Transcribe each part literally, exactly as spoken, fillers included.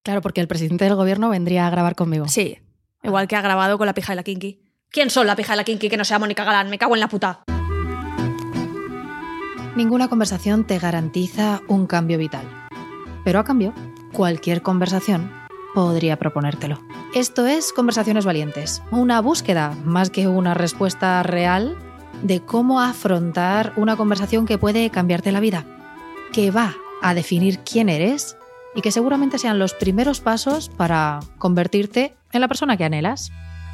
Claro, porque el presidente del gobierno vendría a grabar conmigo. Sí, igual que ha grabado con la pija de la Kinky. ¿Quién son la pija de la Kinky que no sea Mónica Galán? Me cago en la puta. Ninguna conversación te garantiza un cambio vital. Pero a cambio, cualquier conversación podría proponértelo. Esto es Conversaciones Valientes, una búsqueda, más que una respuesta real, de cómo afrontar una conversación que puede cambiarte la vida, que va a definir quién eres y que seguramente sean los primeros pasos para convertirte en la persona que anhelas.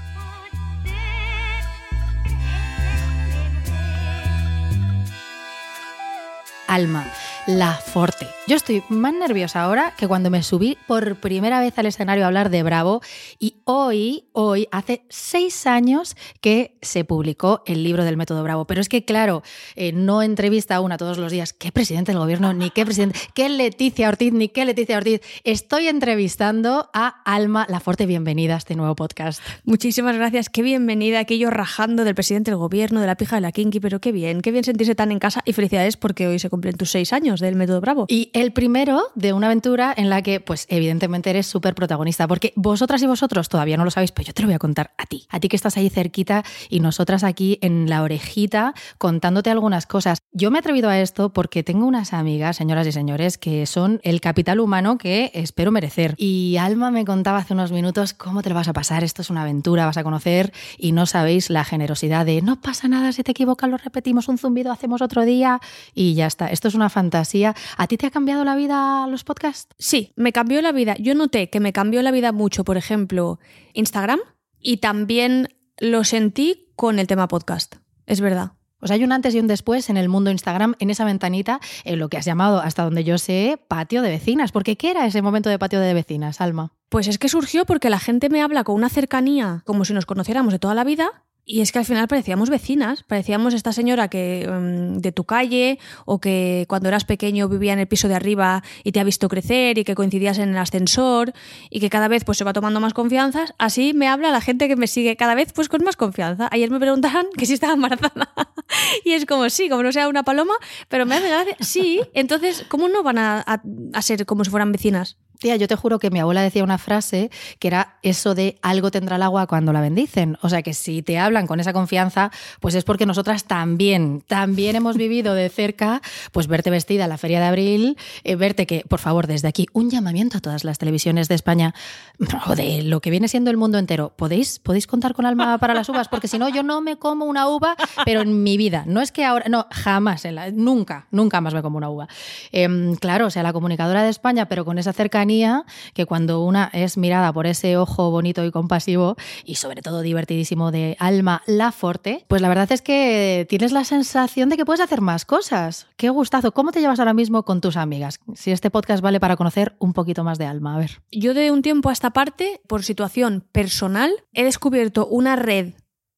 Alma Laforte. Yo estoy más nerviosa ahora que cuando me subí por primera vez al escenario a hablar de Bravo, y hoy, hoy, hace seis años que se publicó el libro del método Bravo. Pero es que, claro, eh, no entrevista a una todos los días. ¿Qué presidente del gobierno? Ni qué presidente. ¿Qué Leticia Ortiz? Ni qué Leticia Ortiz. Estoy entrevistando a Alma Laforte. Bienvenida a este nuevo podcast. Muchísimas gracias. Qué bienvenida. Aquí yo rajando del presidente del gobierno, de la pija de la Kinky, pero qué bien. Qué bien sentirse tan en casa, y felicidades porque hoy se cumplen tus seis años del método Bravo. Y el primero de una aventura en la que, pues evidentemente eres súper protagonista, porque vosotras y vosotros todavía no lo sabéis, pero yo te lo voy a contar a ti. A ti que estás ahí cerquita y nosotras aquí en la orejita contándote algunas cosas. Yo me he atrevido a esto porque tengo unas amigas, señoras y señores, que son el capital humano que espero merecer. Y Alma me contaba hace unos minutos cómo te lo vas a pasar. Esto es una aventura, vas a conocer, y no sabéis la generosidad de no pasa nada, si te equivocas lo repetimos, un zumbido hacemos otro día y ya está. Esto es una fantasía. ¿A ti te ha cambiado la vida los podcasts? Sí, me cambió la vida. Yo noté que me cambió la vida mucho, por ejemplo, Instagram, y también lo sentí con el tema podcast. Es verdad. O sea, hay un antes y un después en el mundo Instagram, en esa ventanita, en lo que has llamado, hasta donde yo sé, patio de vecinas. Porque ¿qué era ese momento de patio de vecinas, Alma? Pues es que surgió porque la gente me habla con una cercanía como si nos conociéramos de toda la vida. Y es que al final parecíamos vecinas, parecíamos esta señora que um, de tu calle, o que cuando eras pequeño vivía en el piso de arriba y te ha visto crecer, y que coincidías en el ascensor, y que cada vez pues se va tomando más confianza. Así me habla la gente que me sigue cada vez pues con más confianza. Ayer me preguntaban que si estaba embarazada y es como sí, como no sea una paloma, pero me hace gracia. Sí, entonces ¿cómo no van a, a, a ser como si fueran vecinas? Tía, yo te juro que mi abuela decía una frase que era eso de algo tendrá el agua cuando la bendicen. O sea que si te hablan con esa confianza, pues es porque nosotras también, también hemos vivido de cerca, pues verte vestida en la Feria de Abril, eh, verte que, por favor, desde aquí, un llamamiento a todas las televisiones de España, o de lo que viene siendo el mundo entero. ¿Podéis, podéis contar con Alma para las uvas? Porque si no, yo no me como una uva, pero en mi vida. No es que ahora, no, jamás, en la, nunca, nunca más me como una uva. Eh, claro, o sea, la comunicadora de España, pero con esa cercanía que cuando una es mirada por ese ojo bonito y compasivo y sobre todo divertidísimo de Alma Laforte, pues la verdad es que tienes la sensación de que puedes hacer más cosas. ¡Qué gustazo! ¿Cómo te llevas ahora mismo con tus amigas? Si este podcast vale para conocer un poquito más de Alma, a ver. Yo de un tiempo a esta parte, por situación personal, he descubierto una red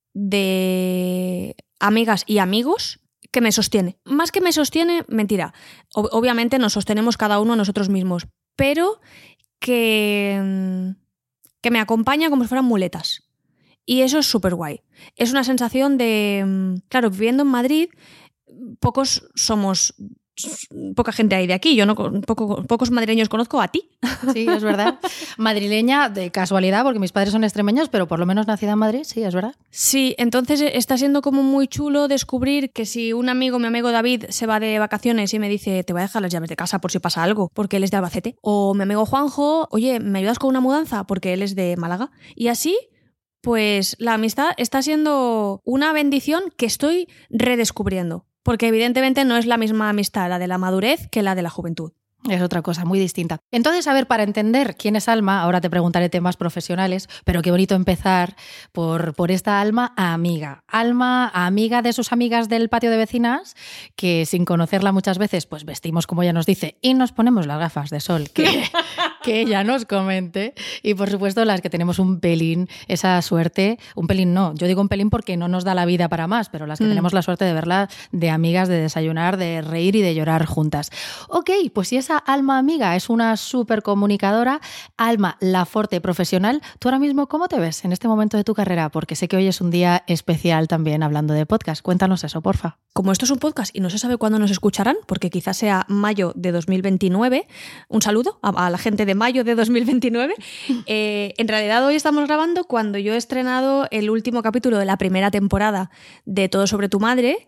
de amigas y amigos que me sostiene. Más que me sostiene, mentira. Ob- obviamente nos sostenemos cada uno nosotros mismos, pero que, que me acompaña como si fueran muletas. Y eso es súper guay. Es una sensación de... Claro, viviendo en Madrid, pocos somos... Poca gente hay de aquí. Yo no poco, pocos madrileños conozco, a ti. Sí, es verdad. Madrileña de casualidad, porque mis padres son extremeños, pero por lo menos nacida en Madrid, sí, es verdad. Sí, entonces está siendo como muy chulo descubrir que si un amigo, mi amigo David, se va de vacaciones y me dice te voy a dejar las llaves de casa por si pasa algo, porque él es de Albacete. O mi amigo Juanjo, oye, ¿me ayudas con una mudanza? Porque él es de Málaga. Y así... pues la amistad está siendo una bendición que estoy redescubriendo. Porque evidentemente no es la misma amistad la de la madurez que la de la juventud. Es otra cosa muy distinta. Entonces, a ver, para entender quién es Alma, ahora te preguntaré temas profesionales, pero qué bonito empezar por, por esta Alma amiga. Alma amiga de sus amigas del patio de vecinas, que sin conocerla muchas veces, pues vestimos como ella nos dice y nos ponemos las gafas de sol, que, que ella nos comente. Y por supuesto, las que tenemos un pelín, esa suerte, un pelín no, yo digo un pelín porque no nos da la vida para más, pero las que mm. tenemos la suerte de verla de amigas, de desayunar, de reír y de llorar juntas. Ok, pues si esa Alma amiga es una súper comunicadora, Alma Laforte profesional, ¿tú ahora mismo cómo te ves en este momento de tu carrera? Porque sé que hoy es un día especial también hablando de podcast. Cuéntanos eso, porfa. Como esto es un podcast y no se sabe cuándo nos escucharán, porque quizás sea mayo de dos mil veintinueve, un saludo a, a la gente de de mayo de dos mil veintinueve. Eh, en realidad hoy estamos grabando cuando yo he estrenado el último capítulo de la primera temporada de Todo sobre tu madre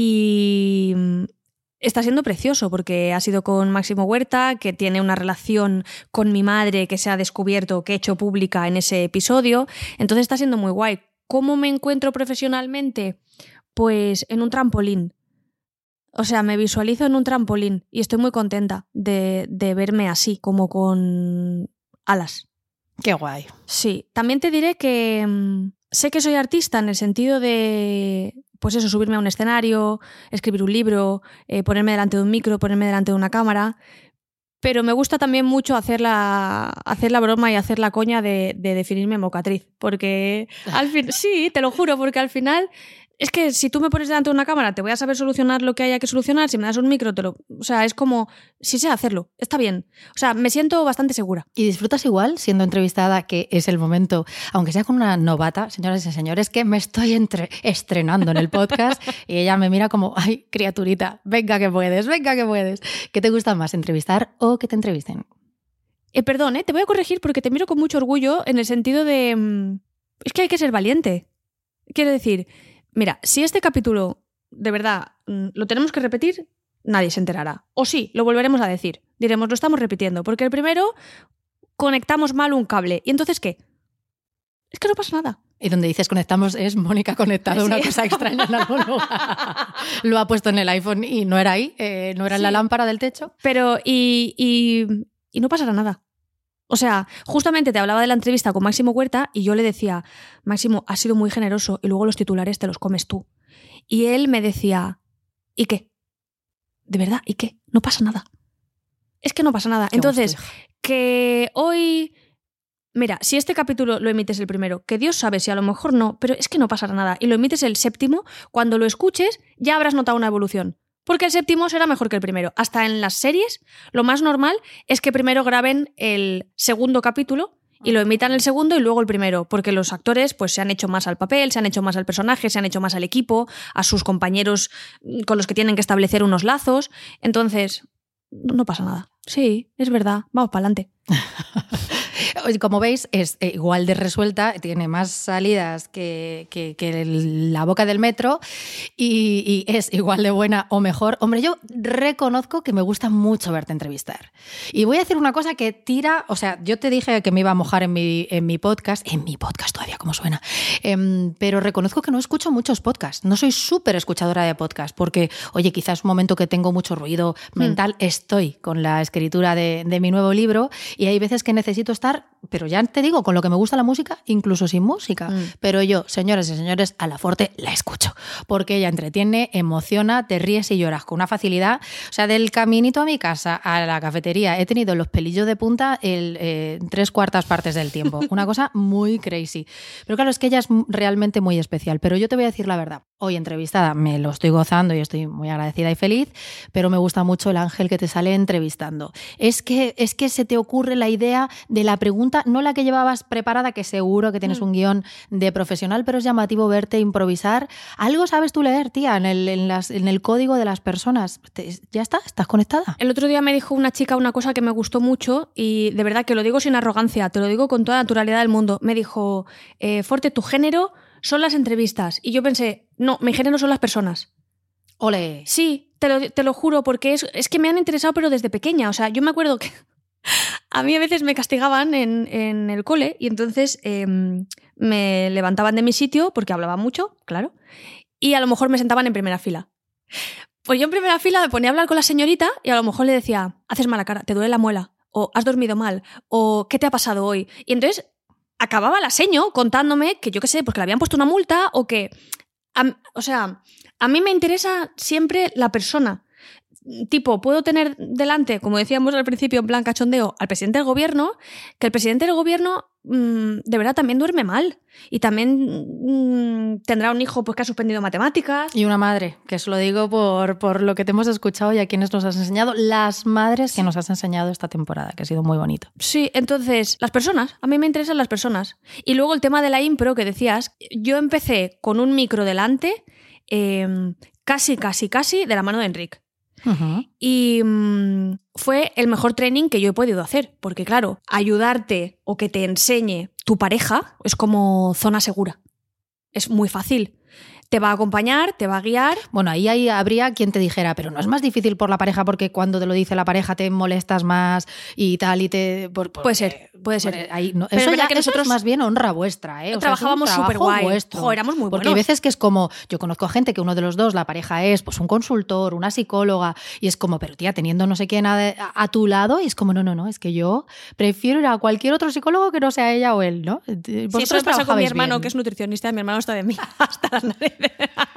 y está siendo precioso porque ha sido con Máximo Huerta, que tiene una relación con mi madre que se ha descubierto, que he hecho pública en ese episodio. Entonces está siendo muy guay. ¿Cómo me encuentro profesionalmente? Pues en un trampolín. O sea, me visualizo en un trampolín y estoy muy contenta de, de verme así, como con alas. Qué guay. Sí, también te diré que mmm, sé que soy artista en el sentido de, pues eso, subirme a un escenario, escribir un libro, eh, ponerme delante de un micro, ponerme delante de una cámara, pero me gusta también mucho hacer la, hacer la broma y hacer la coña de, de definirme mocatriz, porque al fin, sí, te lo juro, porque al final... Es que si tú me pones delante de una cámara te voy a saber solucionar lo que haya que solucionar, si me das un micro te lo... O sea, es como, sí sé hacerlo, está bien. O sea, me siento bastante segura. ¿Y disfrutas igual siendo entrevistada, que es el momento, aunque sea con una novata, señoras y señores, que me estoy entre... estrenando en el podcast y ella me mira como, ay, criaturita, venga que puedes, venga que puedes. ¿Qué te gusta más, entrevistar o que te entrevisten? Eh, perdón, ¿eh? Te voy a corregir porque te miro con mucho orgullo en el sentido de... Mmm, es que hay que ser valiente. Quiero decir... Mira, si este capítulo, de verdad, lo tenemos que repetir, nadie se enterará. O sí, lo volveremos a decir. Diremos, lo estamos repitiendo, porque el primero conectamos mal un cable. ¿Y entonces qué? Es que no pasa nada. Y donde dices conectamos es Mónica conectado, sí. Una cosa extraña en algún lugar. Lo ha puesto en el iPhone y no era ahí, eh, no era en sí. La lámpara del techo. Pero, y, y, y no pasará nada. O sea, justamente te hablaba de la entrevista con Máximo Huerta y yo le decía, Máximo, has sido muy generoso y luego los titulares te los comes tú. Y él me decía, ¿y qué? De verdad, ¿y qué? No pasa nada. Es que no pasa nada. Qué Entonces, gusto. Que hoy... Mira, si este capítulo lo emites el primero, que Dios sabe si a lo mejor no, pero es que no pasará nada. Y lo emites el séptimo, cuando lo escuches ya habrás notado una evolución. Porque el séptimo será mejor que el primero. Hasta en las series, lo más normal es que primero graben el segundo capítulo y lo emitan el segundo y luego el primero, porque los actores pues, se han hecho más al papel, se han hecho más al personaje, se han hecho más al equipo, a sus compañeros con los que tienen que establecer unos lazos. Entonces, no pasa nada. Sí, es verdad. Vamos para adelante. Como veis, es igual de resuelta, tiene más salidas que, que, que la boca del metro y, y es igual de buena o mejor. Hombre, yo reconozco que me gusta mucho verte entrevistar. Y voy a decir una cosa que tira, o sea, yo te dije que me iba a mojar en mi, en mi podcast, en mi podcast todavía, ¿cómo suena? Eh, pero reconozco que no escucho muchos podcasts, no soy súper escuchadora de podcast, porque, oye, quizás un momento que tengo mucho ruido mental, mm. estoy con la escritura de, de mi nuevo libro y hay veces que necesito estar, pero ya te digo, con lo que me gusta la música, incluso sin música. Mm. Pero yo, señoras y señores, Alaforte la escucho, porque ella entretiene, emociona, te ríes y lloras con una facilidad. O sea, del caminito a mi casa a la cafetería he tenido los pelillos de punta el, eh, tres cuartas partes del tiempo. Una cosa muy crazy. Pero claro, es que ella es realmente muy especial. Pero yo te voy a decir la verdad. Hoy entrevistada me lo estoy gozando y estoy muy agradecida y feliz, pero me gusta mucho el ángel que te sale entrevistando. Es que, es que se te ocurre la idea de la pregunta, no la que llevabas preparada, que seguro que tienes un guión de profesional, pero es llamativo verte improvisar. Algo sabes tú leer, tía, en el, en las, en el código de las personas. Te, ¿Ya está? ¿Estás conectada? El otro día me dijo una chica una cosa que me gustó mucho y de verdad que lo digo sin arrogancia, te lo digo con toda la naturalidad del mundo. Me dijo, eh, Forte, tu género son las entrevistas. Y yo pensé, no, mi género son las personas. ¡Ole! Sí, te lo, te lo juro, porque es, es que me han interesado pero desde pequeña. O sea, yo me acuerdo que a mí a veces me castigaban en, en el cole y entonces eh, me levantaban de mi sitio porque hablaba mucho, claro, y a lo mejor me sentaban en primera fila. Pues yo en primera fila me ponía a hablar con la señorita y a lo mejor le decía, haces mala cara, te duele la muela, o has dormido mal, o ¿qué te ha pasado hoy? Y entonces acababa la seño contándome que yo qué sé, porque le habían puesto una multa o que... A, o sea, a mí me interesa siempre la persona. Tipo, puedo tener delante, como decíamos al principio en plan cachondeo, al presidente del gobierno, que el presidente del gobierno mmm, de verdad también duerme mal y también mmm, tendrá un hijo pues, que ha suspendido matemáticas. Y una madre, que os lo digo por, por lo que te hemos escuchado y a quienes nos has enseñado, las madres que nos has enseñado esta temporada, que ha sido muy bonito. Sí, entonces, las personas, a mí me interesan las personas. Y luego el tema de la impro que decías, yo empecé con un micro delante, eh, casi, casi, casi de la mano de Enric. Uh-huh. Y mmm, fue el mejor training que yo he podido hacer, porque claro, ayudarte o que te enseñe tu pareja es como zona segura. Es muy fácil. Te va a acompañar, te va a guiar. Bueno, ahí, ahí habría quien te dijera, pero no es más difícil por la pareja porque cuando te lo dice la pareja te molestas más y tal y te... Por, por, puede ser, puede ser. Por, ahí, no, pero eso es verdad ya, que nosotros eso es más bien honra vuestra, ¿eh? O trabajábamos súper guay. Ojo, éramos muy buenos. Porque hay veces que es como, yo conozco a gente que uno de los dos, la pareja es pues un consultor, una psicóloga, y es como, pero tía, teniendo no sé quién a, a, a tu lado, y es como, no, no, no, es que yo prefiero ir a cualquier otro psicólogo que no sea ella o él, ¿no? Sí, eso me pasa con mi hermano, bien. Que es nutricionista, mi hermano está de mí hasta las narices.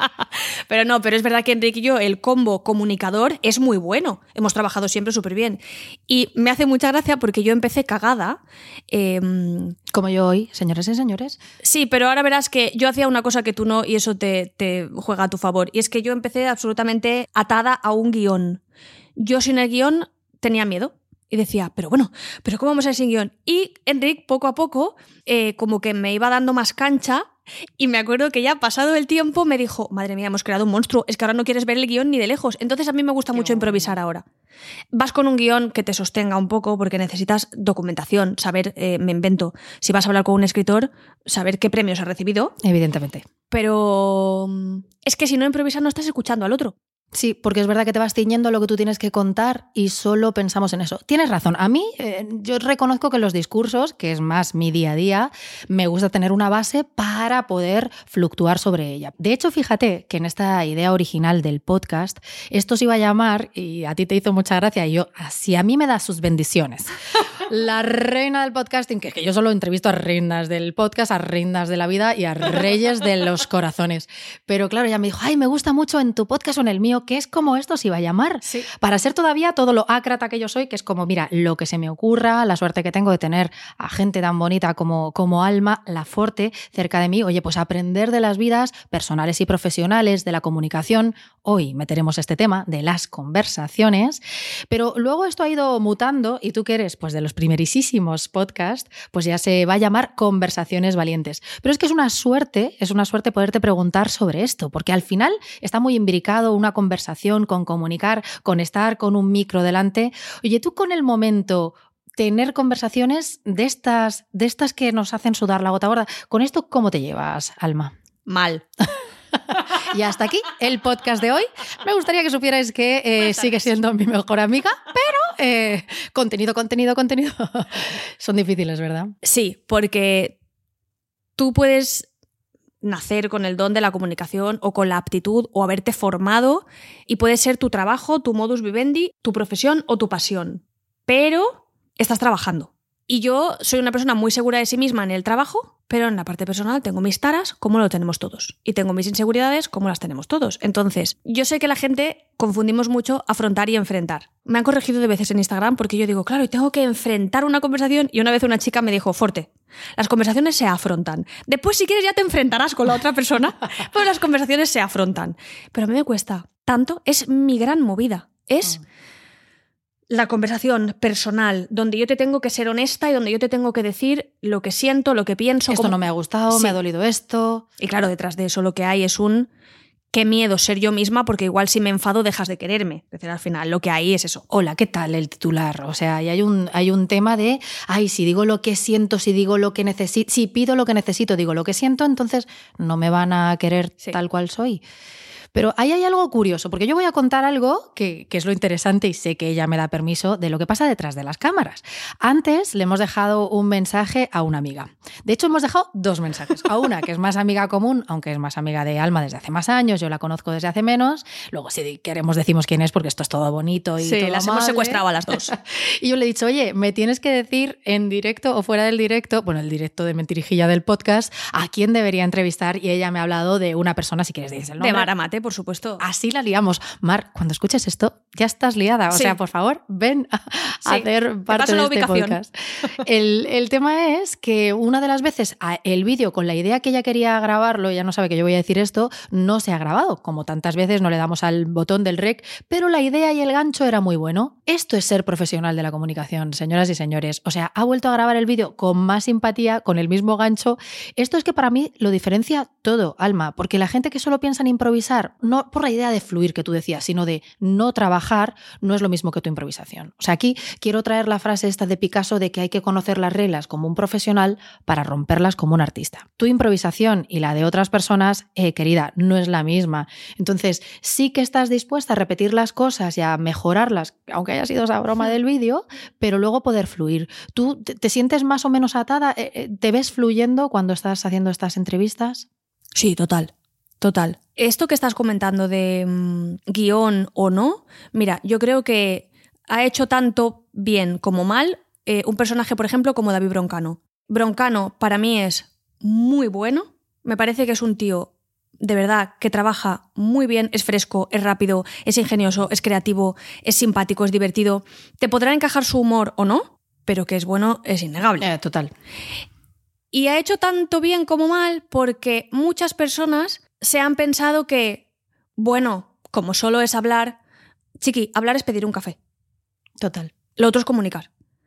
Pero no, pero es verdad que Enrique y yo, el combo comunicador es muy bueno. Hemos trabajado siempre súper bien. Y me hace mucha gracia porque yo empecé cagada. Eh, Como yo hoy, señores y señores. Sí, pero ahora verás que yo hacía una cosa que tú no y eso te, te juega a tu favor. Y es que yo empecé absolutamente atada a un guión. Yo sin el guión tenía miedo. Y decía, pero bueno, ¿pero cómo vamos a ir sin guión? Y Enrique, poco a poco, eh, como que me iba dando más cancha. Y me acuerdo que ya pasado el tiempo me dijo, madre mía, hemos creado un monstruo, es que ahora no quieres ver el guión ni de lejos. Entonces a mí me gusta Qué mucho bueno. improvisar ahora. Vas con un guión que te sostenga un poco porque necesitas documentación, saber, eh, me invento, si vas a hablar con un escritor, saber qué premios ha recibido. Evidentemente. Pero es que si no improvisas no estás escuchando al otro. Sí, porque es verdad que te vas ciñendo lo que tú tienes que contar y solo pensamos en eso. Tienes razón. A mí, eh, yo reconozco que en los discursos, que es más mi día a día, me gusta tener una base para poder fluctuar sobre ella. De hecho, fíjate que en esta idea original del podcast, esto se iba a llamar, y a ti te hizo mucha gracia, y yo, si a mí me da sus bendiciones, la reina del podcasting, que es que yo solo entrevisto a reinas del podcast, a reinas de la vida y a reyes de los corazones. Pero claro, ella me dijo, ay, me gusta mucho en tu podcast o en el mío, que es como esto se iba a llamar, sí. Para ser todavía todo lo ácrata que yo soy, que es como, mira, lo que se me ocurra, la suerte que tengo de tener a gente tan bonita como, como Alma Laforte cerca de mí, oye, pues aprender de las vidas personales y profesionales, de la comunicación. Hoy meteremos este tema de las conversaciones, pero luego esto ha ido mutando y tú que eres pues de los primerísimos podcasts, pues ya se va a llamar Conversaciones Valientes. Pero es que es una suerte, es una suerte poderte preguntar sobre esto, porque al final está muy imbricado una conversación conversación, con comunicar, con estar con un micro delante. Oye, tú con el momento, tener conversaciones de estas, de estas que nos hacen sudar la gota gorda, ¿con esto cómo te llevas, Alma? Mal. Y hasta aquí el podcast de hoy. Me gustaría que supierais que eh, sigue siendo mi mejor amiga, pero eh, contenido, contenido, contenido son difíciles, ¿verdad? Sí, porque tú puedes nacer con el don de la comunicación o con la aptitud o haberte formado y puede ser tu trabajo, tu modus vivendi, tu profesión o tu pasión. Pero estás trabajando. Y yo soy una persona muy segura de sí misma en el trabajo, pero en la parte personal tengo mis taras, como lo tenemos todos. Y tengo mis inseguridades, como las tenemos todos. Entonces, yo sé que la gente confundimos mucho afrontar y enfrentar. Me han corregido de veces en Instagram porque yo digo, claro, y tengo que enfrentar una conversación. Y una vez una chica me dijo, Forte, las conversaciones se afrontan. Después, si quieres, ya te enfrentarás con la otra persona, pero las conversaciones se afrontan. Pero a mí me cuesta tanto, es mi gran movida. Es... Oh. La conversación personal, donde yo te tengo que ser honesta y donde yo te tengo que decir lo que siento, lo que pienso. Esto como... no me ha gustado, sí. Me ha dolido esto. Y claro, detrás de eso lo que hay es un qué miedo ser yo misma, porque igual si me enfado dejas de quererme. Es decir, al final lo que hay es eso. Hola, ¿qué tal el titular? O sea, y hay un, hay un tema de, ay, si digo lo que siento, si digo lo que necesito, si pido lo que necesito, digo lo que siento, entonces no me van a querer sí. tal cual soy. Pero ahí hay algo curioso, porque yo voy a contar algo que, que es lo interesante y sé que ella me da permiso de lo que pasa detrás de las cámaras. Antes le hemos dejado un mensaje a una amiga. De hecho, hemos dejado dos mensajes. A una que es más amiga común, aunque es más amiga de Alma desde hace más años, yo la conozco desde hace menos. Luego, si queremos, decimos quién es, porque esto es todo bonito y sí, todo las amable. Hemos secuestrado a las dos. Y yo le he dicho, oye, me tienes que decir en directo o fuera del directo, bueno, el directo de Mentirijilla del podcast, a quién debería entrevistar. Y ella me ha hablado de una persona, si quieres dices el nombre. De Mara Mate, por supuesto. Así la liamos. Mar, cuando escuches esto, ya estás liada. O sí. sea, por favor, ven a sí. hacer parte de este ubicación. podcast. El, el tema es que una de las veces el vídeo con la idea que ella quería grabarlo, ella no sabe que yo voy a decir esto, no se ha grabado. Como tantas veces no le damos al botón del rec, pero la idea y el gancho era muy bueno. Esto es ser profesional de la comunicación, señoras y señores. O sea, ha vuelto a grabar el vídeo con más simpatía, con el mismo gancho. Esto es que para mí lo diferencia todo, Alma, porque la gente que solo piensa en improvisar, trabajar, no por la idea de fluir que tú decías, sino de no trabajar, no es lo mismo que tu improvisación. O sea, aquí quiero traer la frase esta de Picasso de que hay que conocer las reglas como un profesional para romperlas como un artista. Tu improvisación y la de otras personas, eh, querida, no es la misma. Entonces, sí que estás dispuesta a repetir las cosas y a mejorarlas, aunque haya sido esa broma del vídeo, pero luego poder fluir. ¿Tú te, te sientes más o menos atada? ¿Te ves fluyendo cuando estás haciendo estas entrevistas? Sí, total. Total. Esto que estás comentando de mmm, guión o no, mira, yo creo que ha hecho tanto bien como mal eh, un personaje, por ejemplo, como David Broncano. Broncano para mí es muy bueno, me parece que es un tío de verdad que trabaja muy bien, es fresco, es rápido, es ingenioso, es creativo, es simpático, es divertido. Te podrá encajar su humor o no, pero que es bueno es innegable. Eh, total. Y ha hecho tanto bien como mal porque muchas personas se han pensado que, bueno, como solo es hablar, chiqui, hablar es pedir un café. Total. Lo otro es comunicar.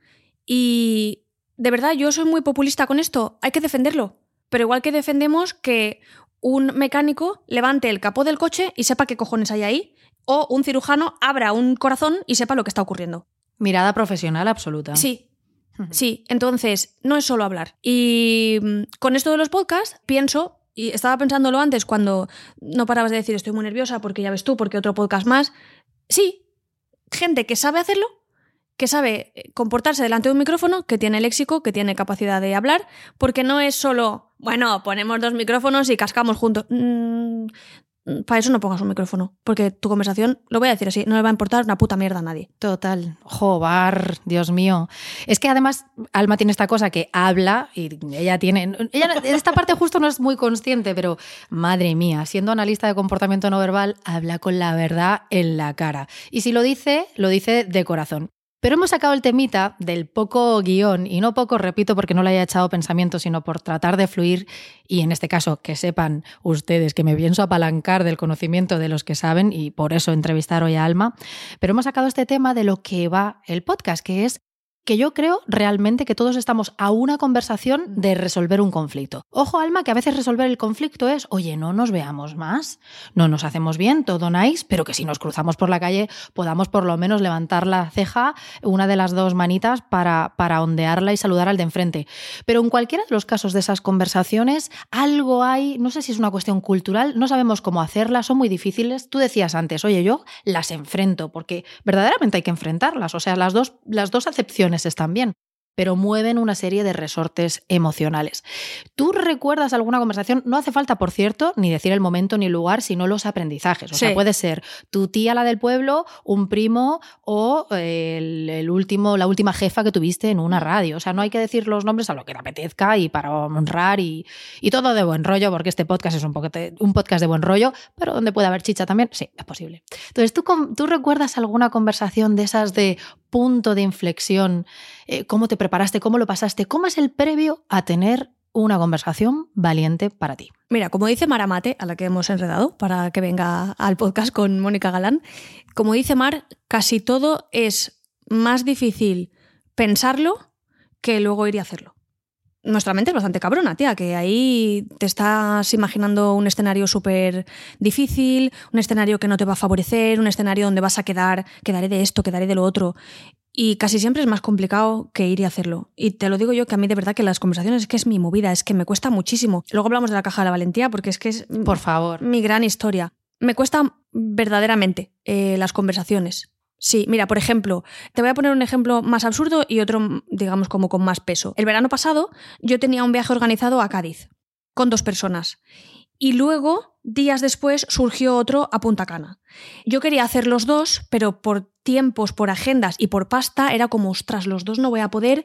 Y de verdad, yo soy muy populista con esto, hay que defenderlo. Pero igual que defendemos que un mecánico levante el capó del coche y sepa qué cojones hay ahí, o un cirujano abra un corazón y sepa lo que está ocurriendo. Mirada profesional absoluta. Sí. Sí, entonces no es solo hablar. Y con esto de los podcasts pienso, y estaba pensándolo antes cuando no parabas de decir estoy muy nerviosa porque ya ves tú, porque otro podcast más. Sí, gente que sabe hacerlo, que sabe comportarse delante de un micrófono, que tiene léxico, que tiene capacidad de hablar, porque no es solo, bueno, ponemos dos micrófonos y cascamos juntos. Mm, para eso no pongas un micrófono, porque tu conversación, lo voy a decir así, no le va a importar una puta mierda a nadie. Total. Jobar, Dios mío. Es que además Alma tiene esta cosa que habla y ella tiene... Ella en esta parte justo no es muy consciente, pero madre mía, siendo analista de comportamiento no verbal, habla con la verdad en la cara. Y si lo dice, lo dice de corazón. Pero hemos sacado el temita del poco guión, y no poco, repito, porque no le haya echado pensamiento, sino por tratar de fluir, y en este caso que sepan ustedes que me pienso apalancar del conocimiento de los que saben, y por eso entrevistar hoy a Alma, pero hemos sacado este tema de lo que va el podcast, que es que yo creo realmente que todos estamos a una conversación de resolver un conflicto. Ojo, Alma, que a veces resolver el conflicto es, oye, no nos veamos más, no nos hacemos bien, todo nice, pero que si nos cruzamos por la calle podamos por lo menos levantar la ceja, una de las dos manitas, para, para ondearla y saludar al de enfrente. Pero en cualquiera de los casos de esas conversaciones, algo hay, no sé si es una cuestión cultural, no sabemos cómo hacerlas, son muy difíciles. Tú decías antes, oye, yo las enfrento, porque verdaderamente hay que enfrentarlas, o sea, las dos, las dos acepciones están bien, pero mueven una serie de resortes emocionales. ¿Tú recuerdas alguna conversación? No hace falta, por cierto, ni decir el momento ni el lugar, sino los aprendizajes. O Sí. sea, puede ser tu tía, la del pueblo, un primo o el, el último, la última jefa que tuviste en una radio. O sea, no hay que decir los nombres a lo que te apetezca y para honrar y, y todo de buen rollo, porque este podcast es un, poquete, un podcast de buen rollo, pero donde puede haber chicha también, sí, es posible. Entonces, ¿tú, tú recuerdas alguna conversación de esas de punto de inflexión? Eh, ¿Cómo te preparaste? ¿Cómo lo pasaste? ¿Cómo es el previo a tener una conversación valiente para ti? Mira, como dice Mar Amate, a la que hemos enredado para que venga al podcast con Mónica Galán, como dice Mar, casi todo es más difícil pensarlo que luego ir y hacerlo. Nuestra mente es bastante cabrona, tía, que ahí te estás imaginando un escenario súper difícil, un escenario que no te va a favorecer, un escenario donde vas a quedar, quedaré de esto, quedaré de lo otro. Y casi siempre es más complicado que ir y hacerlo. Y te lo digo yo, que a mí de verdad que las conversaciones es que es mi movida, es que me cuesta muchísimo. Luego hablamos de la caja de la valentía porque es que es Por favor. mi gran historia. Me cuesta verdaderamente eh, las conversaciones. Sí, mira, por ejemplo, te voy a poner un ejemplo más absurdo y otro, digamos, como con más peso. El verano pasado yo tenía un viaje organizado a Cádiz con dos personas. Y luego, días después, surgió otro a Punta Cana. Yo quería hacer los dos, pero por tiempos, por agendas y por pasta, era como, ostras, los dos no voy a poder.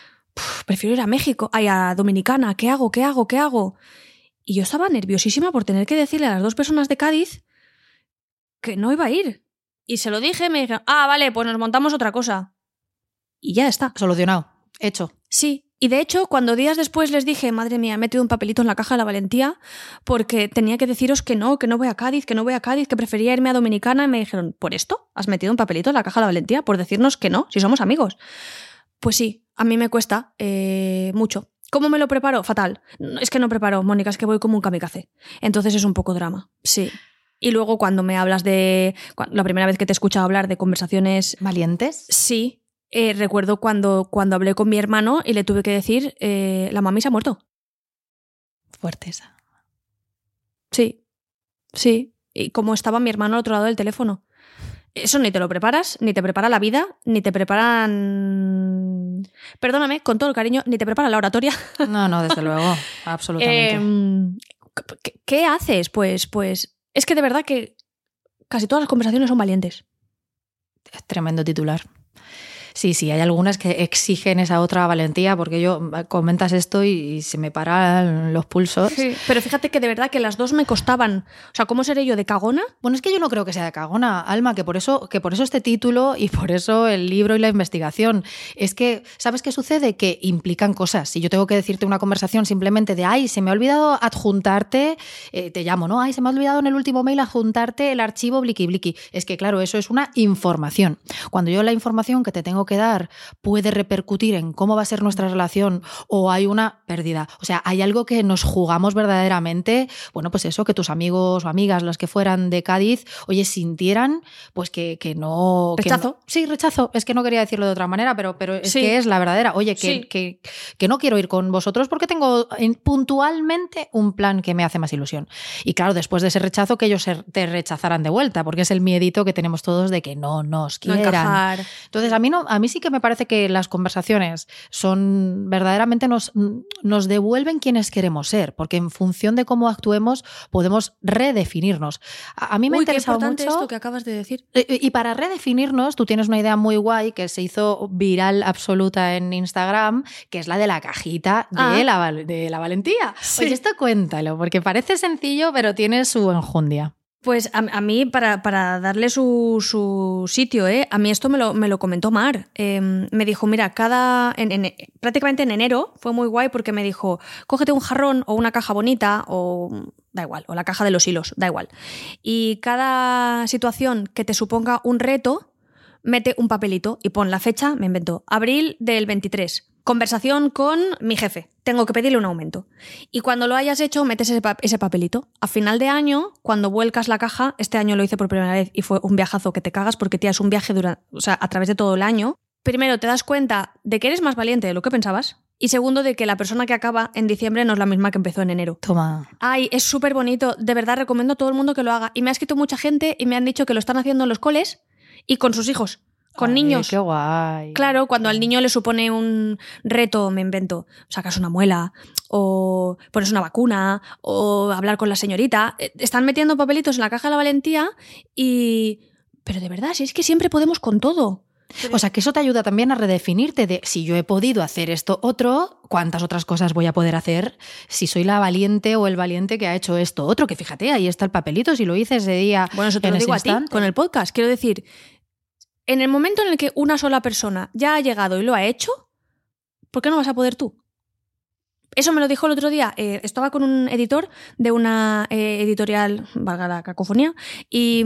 Uf, prefiero ir a México, ay, a Dominicana. ¿Qué hago? ¿Qué hago? ¿Qué hago? Y yo estaba nerviosísima por tener que decirle a las dos personas de Cádiz que no iba a ir. Y se lo dije, me dijeron, ah, vale, pues nos montamos otra cosa. Y ya está. Solucionado. Hecho. Sí. Y de hecho, cuando días después les dije, madre mía, he metido un papelito en la caja de la valentía porque tenía que deciros que no, que no voy a Cádiz, que no voy a Cádiz, que prefería irme a Dominicana, y me dijeron, ¿por esto? ¿Has metido un papelito en la caja de la valentía? ¿Por decirnos que no, si somos amigos? Pues sí, a mí me cuesta eh, mucho. ¿Cómo me lo preparo? Fatal. Es que no preparo, Mónica, es que voy como un kamikaze. Entonces es un poco drama, sí. Y luego cuando me hablas de... La primera vez que te he escuchado hablar de conversaciones... ¿Valientes? Sí. Eh, recuerdo cuando, cuando hablé con mi hermano y le tuve que decir, eh, la mami se ha muerto. Fuerte esa. Sí, sí. Y como estaba mi hermano al otro lado del teléfono. Eso ni te lo preparas, ni te prepara la vida, ni te preparan... Perdóname, con todo el cariño, ni te prepara la oratoria. No, no, desde luego, absolutamente. Eh, ¿qué, ¿Qué haces? Pues, pues es que de verdad que casi todas las conversaciones son valientes. Es tremendo titular. Sí, sí, hay algunas que exigen esa otra valentía, porque yo comentas esto y, y se me paran los pulsos. Sí, pero fíjate que de verdad que las dos me costaban. O sea, ¿cómo seré yo de cagona? Bueno, es que yo no creo que sea de cagona, Alma, que por eso, que por eso este título y por eso el libro y la investigación. Es que, ¿sabes qué sucede? Que implican cosas. Si yo tengo que decirte una conversación simplemente de, ay, se me ha olvidado adjuntarte, eh, te llamo, ¿no? Ay, se me ha olvidado en el último mail adjuntarte el archivo bliqui bliqui. Es que, claro, eso es una información. Cuando yo la información que te tengo que dar puede repercutir en cómo va a ser nuestra relación o hay una pérdida. O sea, hay algo que nos jugamos verdaderamente, bueno, pues eso, que tus amigos o amigas, las que fueran de Cádiz, oye, sintieran, pues que, que no... ¿Rechazo? Que no, sí, rechazo. Es que no quería decirlo de otra manera, pero, pero es sí. que es la verdadera. Oye, que, sí. que, que no quiero ir con vosotros porque tengo puntualmente un plan que me hace más ilusión. Y claro, después de ese rechazo, que ellos te rechazaran de vuelta, porque es el miedito que tenemos todos de que no nos quieran. No encajar. Entonces, a mí, no, a mí sí que me parece que las conversaciones son verdaderamente nos, nos devuelven quienes queremos ser, porque en función de cómo actuemos podemos redefinirnos. A, a mí me ha interesado mucho esto que acabas de decir. Y, y para redefinirnos, tú tienes una idea muy guay que se hizo viral absoluta en Instagram, que es la de la cajita de, ah. la, de la valentía. Sí. Oye, esto cuéntalo, porque parece sencillo, pero tiene su enjundia. Pues a, a mí, para, para darle su, su sitio, ¿eh? A mí esto me lo, me lo comentó Mar. Eh, me dijo, mira, cada en, en, prácticamente en enero fue muy guay porque me dijo, cógete un jarrón o una caja bonita o da igual, o la caja de los hilos, da igual. Y cada situación que te suponga un reto, mete un papelito y pon la fecha, me invento, abril del veintitrés. Conversación con mi jefe. Tengo que pedirle un aumento. Y cuando lo hayas hecho, metes ese, pa- ese papelito. A final de año, cuando vuelcas la caja, este año lo hice por primera vez y fue un viajazo que te cagas porque tienes un viaje durante, o sea, a través de todo el año. Primero, te das cuenta de que eres más valiente de lo que pensabas. Y segundo, de que la persona que acaba en diciembre no es la misma que empezó en enero. Toma. Ay, es súper bonito. De verdad, recomiendo a todo el mundo que lo haga. Y me ha escrito mucha gente y me han dicho que lo están haciendo en los coles y con sus hijos. Con Ay, niños. Qué guay. Claro, cuando al niño le supone un reto, me invento, sacas una muela, o pones una vacuna, o hablar con la señorita. Están metiendo papelitos en la caja de la valentía y... Pero de verdad, si es que siempre podemos con todo. O sea, que eso te ayuda también a redefinirte de si yo he podido hacer esto otro, cuántas otras cosas voy a poder hacer si soy la valiente o el valiente que ha hecho esto otro. Que fíjate, ahí está el papelito, si lo hice ese día. Bueno, eso te en lo digo ese a instante. ti, con el podcast. Quiero decir... En el momento en el que una sola persona ya ha llegado y lo ha hecho, ¿por qué no vas a poder tú? Eso me lo dijo el otro día. Eh, estaba con un editor de una eh, editorial, valga la cacofonía, y,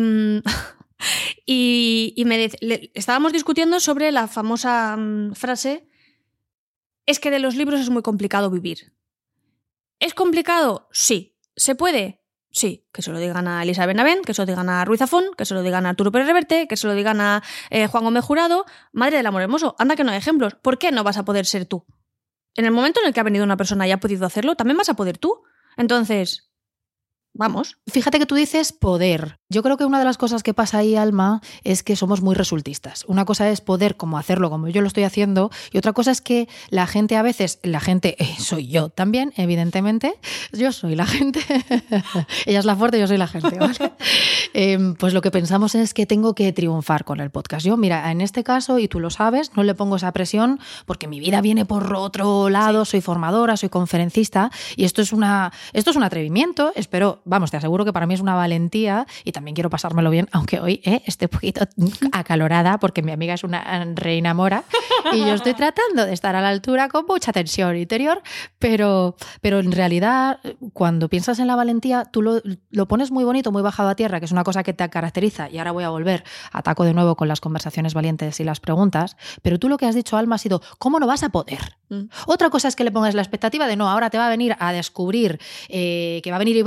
y, y me de, le, estábamos discutiendo sobre la famosa um, frase: es que de los libros es muy complicado vivir. ¿Es complicado? Sí. ¿Se puede? Sí, que se lo digan a Elisa Benavent, que se lo digan a Ruiz Zafón, que se lo digan a Arturo Pérez Reverte, que se lo digan a eh, Juan Gómez Jurado. Madre del amor hermoso, anda que no hay ejemplos. ¿Por qué no vas a poder ser tú? En el momento en el que ha venido una persona y ha podido hacerlo, también vas a poder tú. Entonces, vamos. Fíjate que tú dices poder. Yo creo que una de las cosas que pasa ahí, Alma, es que somos muy resultistas. Una cosa es poder como hacerlo como yo lo estoy haciendo y otra cosa es que la gente a veces, la gente, eh, soy yo también, evidentemente, yo soy la gente, ella es la fuerte, yo soy la gente, ¿vale? eh, pues lo que pensamos es que tengo que triunfar con el podcast. Yo, mira, en este caso, y tú lo sabes, no le pongo esa presión porque mi vida viene por otro lado, sí. Soy formadora, soy conferencista y esto es, una, esto es un atrevimiento, espero, vamos, te aseguro que para mí es una valentía y también quiero pasármelo bien, aunque hoy eh, estoy un poquito acalorada porque mi amiga es una reina mora y yo estoy tratando de estar a la altura con mucha tensión interior, pero, pero en realidad cuando piensas en la valentía tú lo, lo pones muy bonito, muy bajado a tierra, que es una cosa que te caracteriza y ahora voy a volver, ataco de nuevo con las conversaciones valientes y las preguntas, pero tú lo que has dicho, Alma, ha sido ¿cómo no vas a poder? Mm. Otra cosa es que le pongas la expectativa de no, ahora te va a venir a descubrir eh, que va a venir Ibai, ¿no?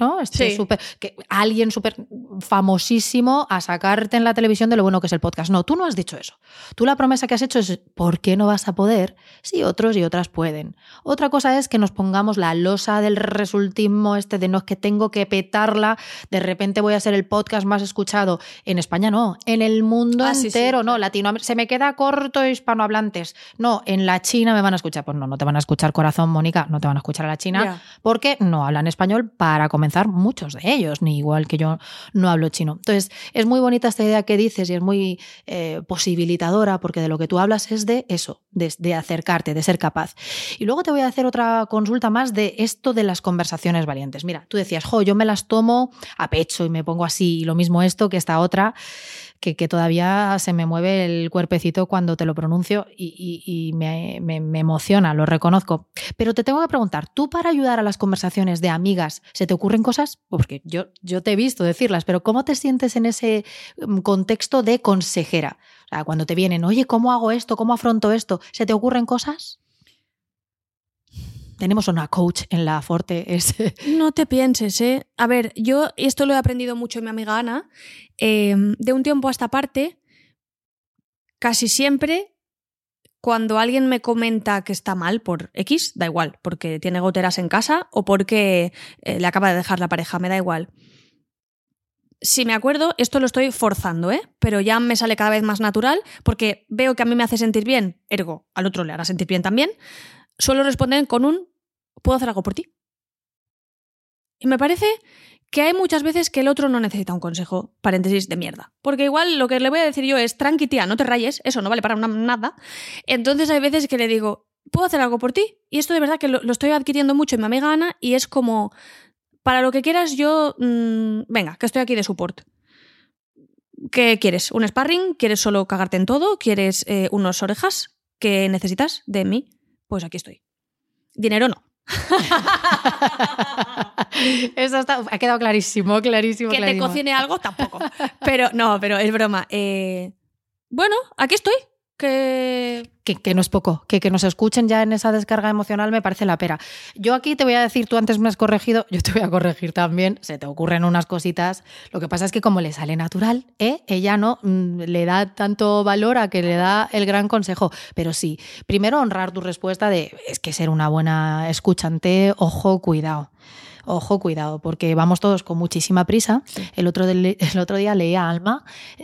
¿no? Este Sí. super, que alguien súper famosísimo a sacarte en la televisión de lo bueno que es el podcast. No, tú no has dicho eso. Tú la promesa que has hecho es ¿por qué no vas a poder si otros y otras pueden? Otra cosa es que nos pongamos la losa del resultismo este de no es que tengo que petarla, de repente voy a ser el podcast más escuchado. En España no, en el mundo Ah, sí, entero sí, no, claro. Latinoamérica, se me queda corto hispanohablantes. No, en la China me van a escuchar. Pues no, no te van a escuchar, corazón, Mónica, no te van a escuchar a la China Ya. porque no hablan español para comenzar muchos de ellos, ni igual que yo no hablo chino. Entonces, es muy bonita esta idea que dices y es muy eh, posibilitadora porque de lo que tú hablas es de eso, de, de acercarte, de ser capaz. Y luego te voy a hacer otra consulta más de esto de las conversaciones valientes. Mira, tú decías, jo, yo me las tomo a pecho y me pongo así, y lo mismo esto que esta otra, que, que todavía se me mueve el cuerpecito cuando te lo pronuncio y, y, y me, me, me emociona, lo reconozco. Pero te tengo que preguntar, ¿tú para ayudar a las conversaciones de amigas se te ocurren cosas? Porque yo, yo te he visto decirlas, pero ¿cómo te sientes en ese contexto de consejera? O sea, cuando te vienen, oye, ¿cómo hago esto? ¿Cómo afronto esto? ¿Se te ocurren cosas? Tenemos una coach en la Forte. Es... No te pienses, ¿eh? A ver, yo esto lo he aprendido mucho de mi amiga Ana. Eh, de un tiempo a esta parte, casi siempre, cuando alguien me comenta que está mal por X, da igual, porque tiene goteras en casa o porque eh, le acaba de dejar la pareja, me da igual. Si me acuerdo, esto lo estoy forzando, ¿eh? Pero ya me sale cada vez más natural porque veo que a mí me hace sentir bien, ergo, al otro le hará sentir bien también. Suelo responder con un ¿puedo hacer algo por ti? Y me parece que hay muchas veces que el otro no necesita un consejo, paréntesis, de mierda. Porque igual lo que le voy a decir yo es tranqui, tía, no te rayes, eso no vale para una, nada. Entonces hay veces que le digo, ¿puedo hacer algo por ti? Y esto de verdad que lo, lo estoy adquiriendo mucho en mi amiga Ana y es como, para lo que quieras yo, mmm, venga, que estoy aquí de support. ¿Qué quieres? ¿Un sparring? ¿Quieres solo cagarte en todo? ¿Quieres eh, unas orejas? ¿Qué necesitas de mí? Pues aquí estoy. Dinero no. Eso está, ha quedado clarísimo, clarísimo. Que clarísimo. te cocine algo tampoco. Pero no, pero es broma. Eh, bueno, aquí estoy. Que... Que, que no es poco, que, que nos escuchen ya en esa descarga emocional me parece la pera. Yo aquí te voy a decir, tú antes me has corregido, yo te voy a corregir también, se te ocurren unas cositas. Lo que pasa es que como le sale natural, ¿eh? Ella no mm, le da tanto valor a que le da el gran consejo. Pero sí, primero honrar tu respuesta de, es que ser una buena escuchante, ojo, cuidado. Ojo, cuidado, porque vamos todos con muchísima prisa. Sí. El, otro de, el otro día leía a Alma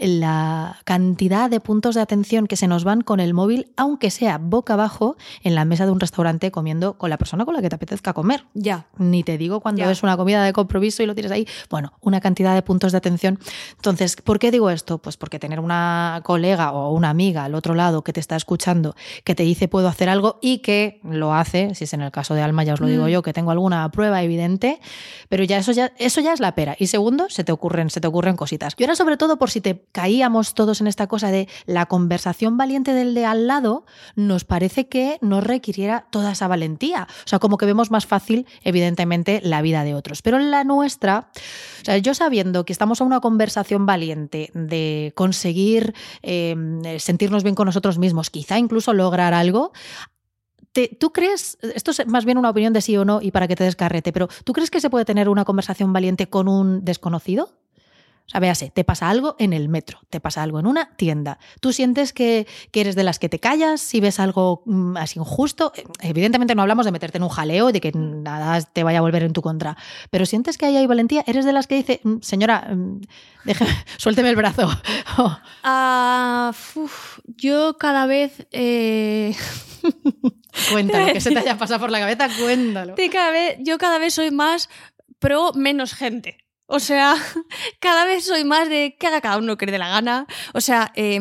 la cantidad de puntos de atención que se nos van con el móvil, aunque sea boca abajo, en la mesa de un restaurante comiendo con la persona con la que te apetezca comer. Ya. Ni te digo cuando ya. es una comida de compromiso y lo tienes ahí. Bueno, una cantidad de puntos de atención. Entonces, ¿por qué digo esto? Pues porque tener una colega o una amiga al otro lado que te está escuchando, que te dice puedo hacer algo y que lo hace, si es en el caso de Alma, ya os lo mm. digo yo, que tengo alguna prueba evidente, pero ya eso ya eso ya es la pera. Y segundo, se te ocurren, se te ocurren cositas. Y ahora, sobre todo, por si te caíamos todos en esta cosa de la conversación valiente del de al lado, nos parece que no requiriera toda esa valentía. O sea, como que vemos más fácil, evidentemente, la vida de otros. Pero en la nuestra, o sea, yo sabiendo que estamos en una conversación valiente de conseguir eh, sentirnos bien con nosotros mismos, quizá incluso lograr algo, Te, ¿tú crees, esto es más bien una opinión de sí o no y para que te descarrete, pero ¿tú crees que se puede tener una conversación valiente con un desconocido? O sea, véase, te pasa algo en el metro, te pasa algo en una tienda. ¿Tú sientes que, que eres de las que te callas si ves algo mmm, así injusto? Evidentemente no hablamos de meterte en un jaleo y de que nada te vaya a volver en tu contra, pero ¿sientes que ahí hay valentía? ¿Eres de las que dice, señora, déjeme, suélteme el brazo? Oh. Uh, uf, yo cada vez... Eh... Cuéntalo, que se te haya pasado por la cabeza, cuéntalo. Cada vez, yo cada vez soy más pro menos gente. O sea, cada vez soy más de que haga cada uno lo que le dé la gana. O sea, eh,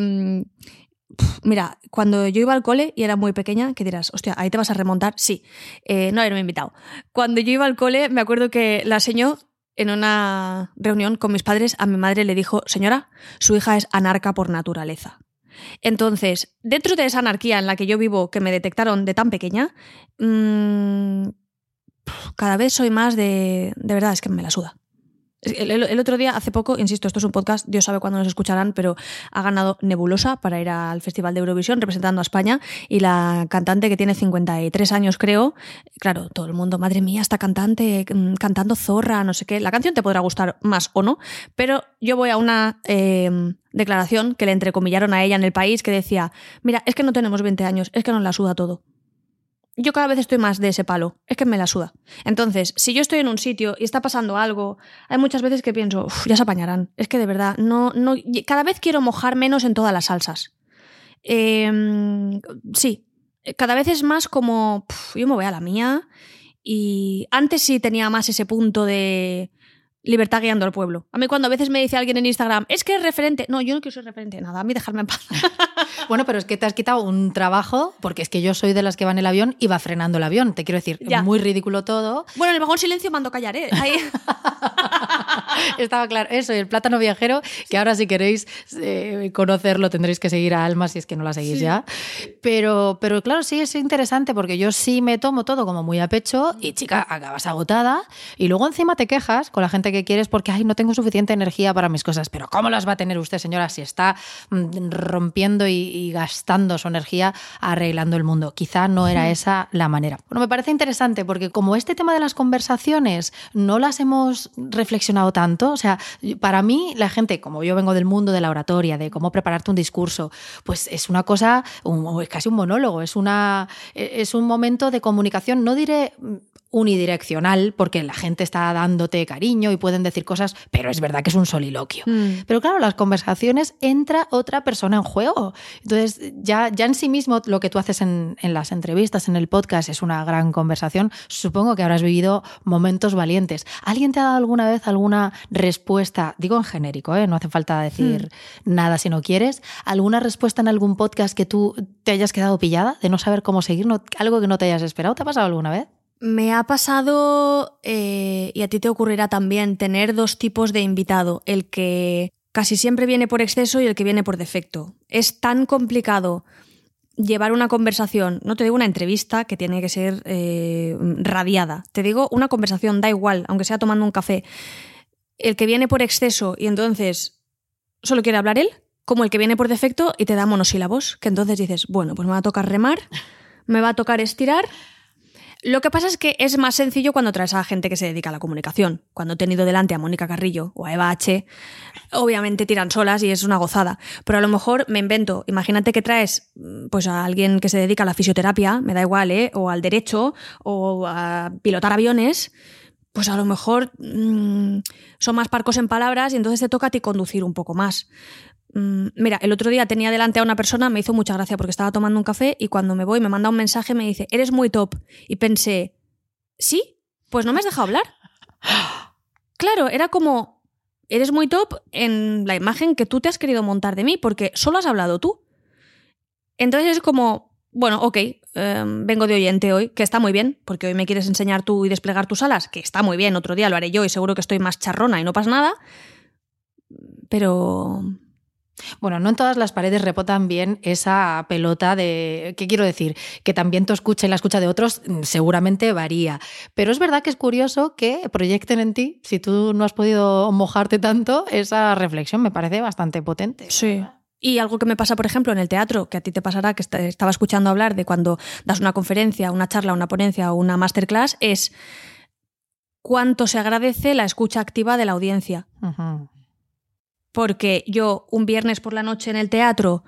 mira, cuando yo iba al cole y era muy pequeña, que dirás, hostia, ahí te vas a remontar. Sí, eh, no haberme invitado. Cuando yo iba al cole, me acuerdo que la señora, en una reunión con mis padres, a mi madre le dijo, señora, su hija es anarca por naturaleza. Entonces, dentro de esa anarquía en la que yo vivo, que me detectaron de tan pequeña, mmm, cada vez soy más de... De verdad, es que me la suda. El, el, el otro día, hace poco, insisto, esto es un podcast, Dios sabe cuándo nos escucharán, pero ha ganado Nebulosa para ir al Festival de Eurovisión representando a España, y la cantante, que tiene cincuenta y tres años creo, claro, todo el mundo, madre mía, esta cantante cantando Zorra, no sé qué. La canción te podrá gustar más o no, pero yo voy a una eh, declaración que le entrecomillaron a ella en El País, que decía, mira, es que no tenemos veinte años, es que nos la suda todo. Yo cada vez estoy más de ese palo, es que me la suda. Entonces, si yo estoy en un sitio y está pasando algo, hay muchas veces que pienso, ya se apañarán. Es que de verdad, no, no, cada vez quiero mojar menos en todas las salsas. Eh, sí, cada vez es más como, uf, yo me voy a la mía, y antes sí tenía más ese punto de libertad guiando al pueblo. A mí cuando a veces me dice alguien en Instagram, es que es referente. No, yo no quiero ser referente de nada, a mí dejarme en paz. Bueno, pero es que te has quitado un trabajo, porque es que yo soy de las que va en el avión y va frenando el avión. Te quiero decir, ya. Muy ridículo todo. Bueno, en el vagón silencio mando callar, ¿eh? Ahí. Estaba claro. Eso, y el plátano viajero, que ahora si queréis eh, conocerlo tendréis que seguir a Alma si es que no la seguís sí. ya. Pero, pero claro, sí es interesante porque yo sí me tomo todo como muy a pecho y, chica, acabas agotada y luego encima te quejas con la gente que quieres porque, ay, no tengo suficiente energía para mis cosas. Pero ¿cómo las va a tener usted, señora, si está mm, rompiendo y, y gastando su energía arreglando el mundo? Quizá no era esa la manera. Bueno, me parece interesante porque como este tema de las conversaciones no las hemos reflexionado tanto, o sea, para mí la gente, como yo vengo del mundo de la oratoria, de cómo prepararte un discurso, pues es una cosa, un, es casi un monólogo, es, una, es un momento de comunicación, no diré unidireccional, porque la gente está dándote cariño y pueden decir cosas, pero es verdad que es un soliloquio. Mm. Pero claro, las conversaciones entra otra persona en juego. Entonces, ya, ya en sí mismo lo que tú haces en, en las entrevistas, en el podcast, es una gran conversación. Supongo que habrás vivido momentos valientes. ¿Alguien te ha dado alguna vez alguna respuesta, digo en genérico, ¿eh? No hace falta decir mm. nada si no quieres, alguna respuesta en algún podcast que tú te hayas quedado pillada, de no saber cómo seguir, no, algo que no te hayas esperado? ¿Te ha pasado alguna vez? Me ha pasado, eh, y a ti te ocurrirá también, tener dos tipos de invitado, el que casi siempre viene por exceso y el que viene por defecto. Es tan complicado llevar una conversación, no te digo una entrevista que tiene que ser eh, radiada, te digo una conversación, da igual, aunque sea tomando un café, el que viene por exceso y entonces solo quiere hablar él, como el que viene por defecto y te da monosílabos, que entonces dices, bueno, pues me va a tocar remar, me va a tocar estirar. Lo que pasa es que es más sencillo cuando traes a gente que se dedica a la comunicación. Cuando he tenido delante a Mónica Carrillo o a Eva H, obviamente tiran solas y es una gozada. Pero a lo mejor me invento, imagínate que traes pues a alguien que se dedica a la fisioterapia, me da igual, ¿eh? O al derecho, o a pilotar aviones, pues a lo mejor mmm, son más parcos en palabras y entonces te toca a ti conducir un poco más. Mira, el otro día tenía delante a una persona, me hizo mucha gracia porque estaba tomando un café y cuando me voy me manda un mensaje, me dice, eres muy top. Y pensé, ¿sí? Pues no me has dejado hablar. Claro, era como, eres muy top en la imagen que tú te has querido montar de mí porque solo has hablado tú. Entonces es como, bueno, ok, eh, vengo de oyente hoy, que está muy bien, porque hoy me quieres enseñar tú y desplegar tus alas, que está muy bien, otro día lo haré yo y seguro que estoy más charrona y no pasa nada, pero... Bueno, no en todas las paredes rebotan bien esa pelota de... ¿Qué quiero decir? Que también tu escucha y la escucha de otros seguramente varía. Pero es verdad que es curioso que proyecten en ti, si tú no has podido mojarte tanto, esa reflexión me parece bastante potente. Sí. Y algo que me pasa, por ejemplo, en el teatro, que a ti te pasará, que estaba escuchando hablar de cuando das una conferencia, una charla, una ponencia o una masterclass, es cuánto se agradece la escucha activa de la audiencia. Uh-huh. Porque yo un viernes por la noche en el teatro,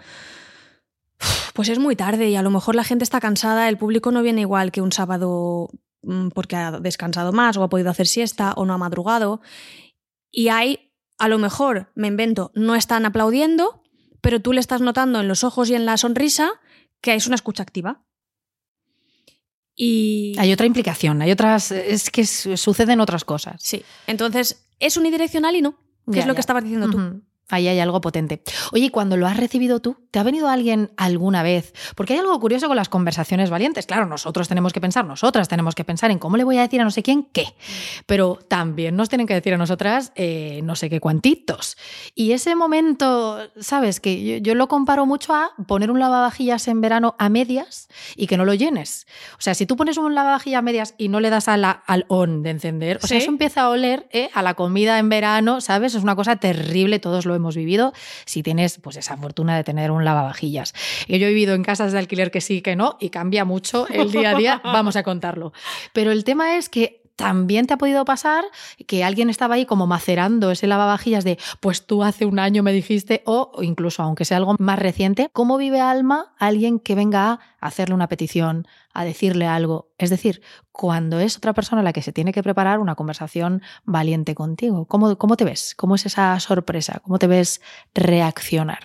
pues es muy tarde y a lo mejor la gente está cansada, el público no viene igual que un sábado porque ha descansado más o ha podido hacer siesta o no ha madrugado. Y hay, a lo mejor, me invento, no están aplaudiendo, pero tú le estás notando en los ojos y en la sonrisa que es una escucha activa. Y hay otra implicación, hay otras, es que suceden otras cosas. Sí, entonces es unidireccional y no. ¿Qué ya, es lo ya. que estabas diciendo tú? Uh-huh. Ahí hay algo potente. Oye, ¿y cuando lo has recibido tú, te ha venido alguien alguna vez? Porque hay algo curioso con las conversaciones valientes. Claro, nosotros tenemos que pensar, nosotras tenemos que pensar en cómo le voy a decir a no sé quién qué. Pero también nos tienen que decir a nosotras eh, no sé qué cuantitos. Y ese momento, ¿sabes? Que yo, yo lo comparo mucho a poner un lavavajillas en verano a medias y que no lo llenes. O sea, si tú pones un lavavajillas a medias y no le das a la, al on de encender, o sea, ¿Sí? eso empieza a oler ¿eh? a la comida en verano, ¿sabes? Es una cosa terrible, todos lo hemos vivido, si tienes pues esa fortuna de tener un lavavajillas. Yo he vivido en casas de alquiler que sí, que no, y cambia mucho el día a día, vamos a contarlo. Pero el tema es que también te ha podido pasar que alguien estaba ahí como macerando ese lavavajillas de pues tú hace un año me dijiste, o incluso aunque sea algo más reciente. ¿Cómo vive Alma alguien que venga a hacerle una petición, a decirle algo? Es decir, cuando es otra persona la que se tiene que preparar una conversación valiente contigo. ¿Cómo, cómo te ves? ¿Cómo es esa sorpresa? ¿Cómo te ves reaccionar?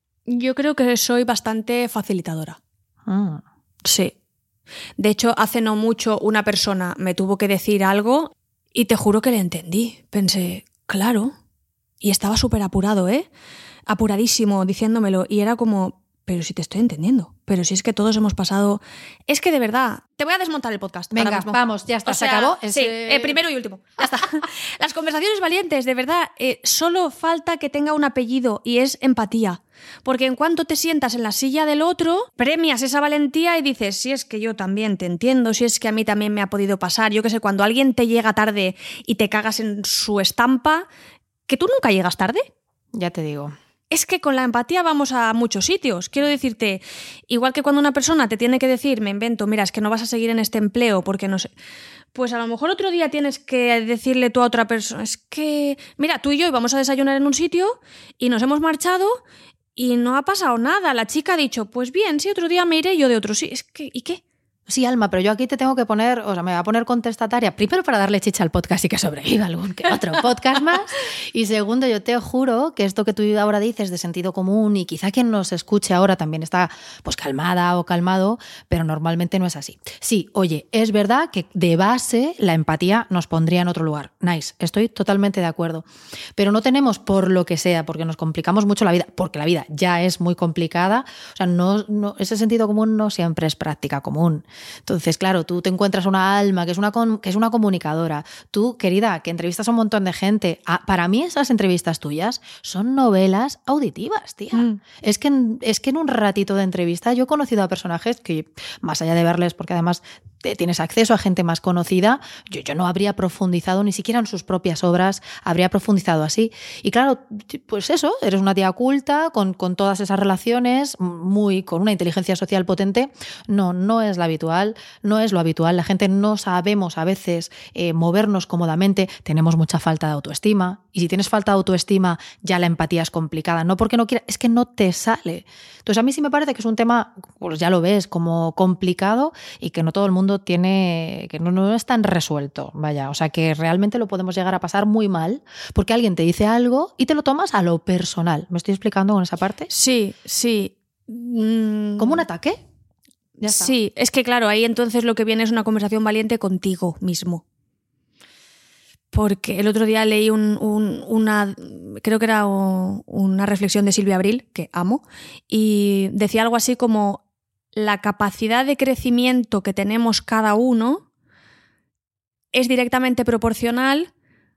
Yo creo que soy bastante facilitadora. Mm. Sí. De hecho, hace no mucho una persona me tuvo que decir algo y te juro que le entendí. Pensé, claro. Y estaba súper apurado, ¿eh? Apuradísimo diciéndomelo. Y era como, pero si te estoy entendiendo. Pero si es que todos hemos pasado... Es que de verdad, te voy a desmontar el podcast. Venga, ahora mismo. vamos, ya está, O sea, se acabó. Sí, Ese... eh, primero y último. Ya está. Las conversaciones valientes, de verdad, eh, solo falta que tenga un apellido y es empatía. Porque en cuanto te sientas en la silla del otro, premias esa valentía y dices, si es que yo también te entiendo, si es que a mí también me ha podido pasar. Yo qué sé, cuando alguien te llega tarde y te cagas en su estampa, que tú nunca llegas tarde. Ya te digo. Es que con la empatía vamos a muchos sitios. Quiero decirte, igual que cuando una persona te tiene que decir, me invento, mira, es que no vas a seguir en este empleo porque no sé... Pues a lo mejor otro día tienes que decirle tú a otra persona, es que, mira, tú y yo íbamos a desayunar en un sitio y nos hemos marchado y no ha pasado nada. La chica ha dicho, pues bien, sí, otro día me iré yo de otro sitio. Es que, ¿y qué? Sí, Alma, pero yo aquí te tengo que poner, o sea, me voy a poner contestataria, primero para darle chicha al podcast y que sobreviva algún que otro podcast más, y segundo, yo te juro que esto que tú ahora dices de sentido común, y quizá quien nos escuche ahora también está pues calmada o calmado, pero normalmente no es así. Sí, oye, es verdad que de base la empatía nos pondría en otro lugar. Nice, estoy totalmente de acuerdo. Pero no tenemos por lo que sea, porque nos complicamos mucho la vida, porque la vida ya es muy complicada, o sea, no, no, ese sentido común no siempre es práctica común. Entonces, claro, tú te encuentras una Alma que es una, que es una comunicadora. Tú, querida, que entrevistas a un montón de gente. Ah, para mí esas entrevistas tuyas son novelas auditivas, tía. Mm. Es que, es que en un ratito de entrevista yo he conocido a personajes que, más allá de verles, porque además tienes acceso a gente más conocida, yo, yo no habría profundizado ni siquiera en sus propias obras, habría profundizado así. Y claro, pues eso, eres una tía culta, con, con todas esas relaciones, muy, con una inteligencia social potente. No, no es la habitual, no es lo habitual. La gente no sabemos a veces eh, movernos cómodamente, tenemos mucha falta de autoestima. Y si tienes falta de autoestima, ya la empatía es complicada. No porque no quieras, es que no te sale. Entonces a mí sí me parece que es un tema, pues ya lo ves, como complicado y que no todo el mundo tiene, que no, no es tan resuelto, vaya, o sea que realmente lo podemos llegar a pasar muy mal porque alguien te dice algo y te lo tomas a lo personal. ¿Me estoy explicando con esa parte? Sí, sí. Mm. ¿Como un ataque? Ya está. Sí, es que claro, ahí entonces lo que viene es una conversación valiente contigo mismo. Porque el otro día leí un, un, una, creo que era una reflexión de Silvia Abril, que amo, y decía algo así como la capacidad de crecimiento que tenemos cada uno es directamente proporcional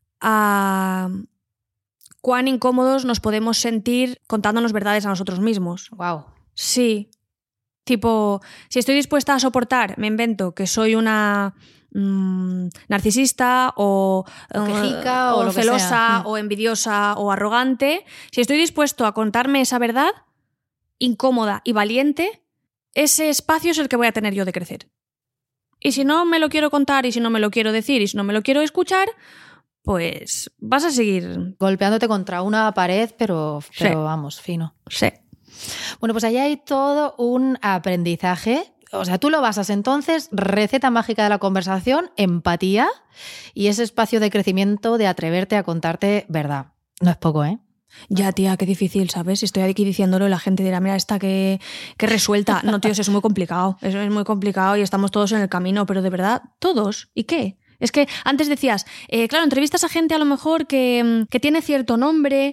a cuán incómodos nos podemos sentir contándonos verdades a nosotros mismos. Wow. Sí. Tipo, si estoy dispuesta a soportar, me invento que soy una mmm, narcisista o, o, quejica, o, o lo celosa que sea. o envidiosa o arrogante, si estoy dispuesto a contarme esa verdad incómoda y valiente, ese espacio es el que voy a tener yo de crecer. Y si no me lo quiero contar, y si no me lo quiero decir, y si no me lo quiero escuchar, pues vas a seguir golpeándote contra una pared, pero, pero sí. Vamos, fino. Sí. Bueno, pues ahí hay todo un aprendizaje. O sea, tú lo basas entonces, receta mágica de la conversación, empatía y ese espacio de crecimiento de atreverte a contarte verdad. No es poco, ¿eh? Ya, tía, qué difícil, ¿sabes? Si estoy aquí diciéndolo y la gente dirá, mira, esta que, que resuelta. No, tío, eso es muy complicado. Eso es muy complicado y estamos todos en el camino, pero de verdad, todos. ¿Y qué? Es que antes decías, eh, claro, entrevistas a gente a lo mejor que, que tiene cierto nombre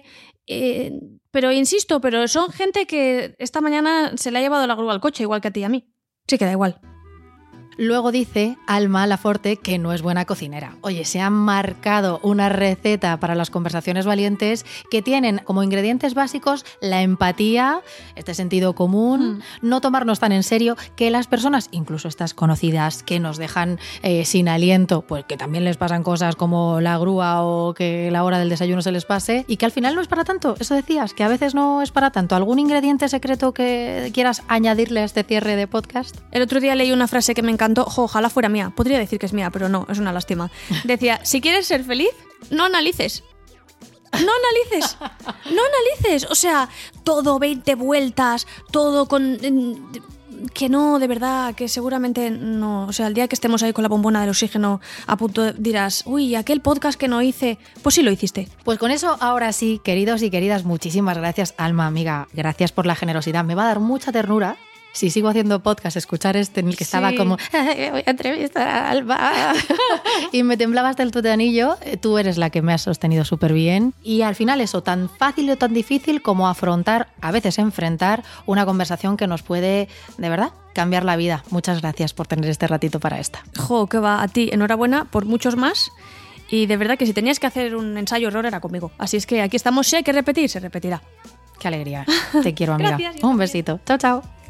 Eh, pero insisto, pero son gente que esta mañana se le ha llevado la grúa al coche, igual que a ti y a mí. Sí que da igual. Luego dice Alma Laforte que no es buena cocinera. Oye, se han marcado una receta para las conversaciones valientes que tienen como ingredientes básicos la empatía, este sentido común, mm. no tomarnos tan en serio, que las personas, incluso estas conocidas que nos dejan eh, sin aliento, pues que también les pasan cosas como la grúa o que la hora del desayuno se les pase, y que al final no es para tanto. Eso decías, que a veces no es para tanto. ¿Algún ingrediente secreto que quieras añadirle a este cierre de podcast? El otro día leí una frase que me encantó. Jo, ojalá fuera mía. Podría decir que es mía, pero no, es una lástima. Decía, si quieres ser feliz, no analices. No analices. No analices. O sea, todo veinte vueltas, todo con... Que no, de verdad, que seguramente no. O sea, el día que estemos ahí con la bombona del oxígeno a punto dirás, uy, aquel podcast que no hice, pues sí lo hiciste. Pues con eso, ahora sí, queridos y queridas, muchísimas gracias, Alma, amiga. Gracias por la generosidad. Me va a dar mucha ternura si sigo haciendo podcast, escuchar este en el que sí. estaba como voy a entrevistar a Alba y me temblaba hasta el tutanillo. Tú eres la que me has sostenido súper bien y al final eso, tan fácil o tan difícil como afrontar, a veces enfrentar una conversación que nos puede, de verdad, cambiar la vida. Muchas gracias por tener este ratito para esta. Jo, que va, a ti, enhorabuena por muchos más. Y de verdad que si tenías que hacer un ensayo horror era conmigo. Así es que aquí estamos, si hay que repetir, se repetirá. Qué alegría. Te quiero, amiga. Gracias, un besito. Chao, chao.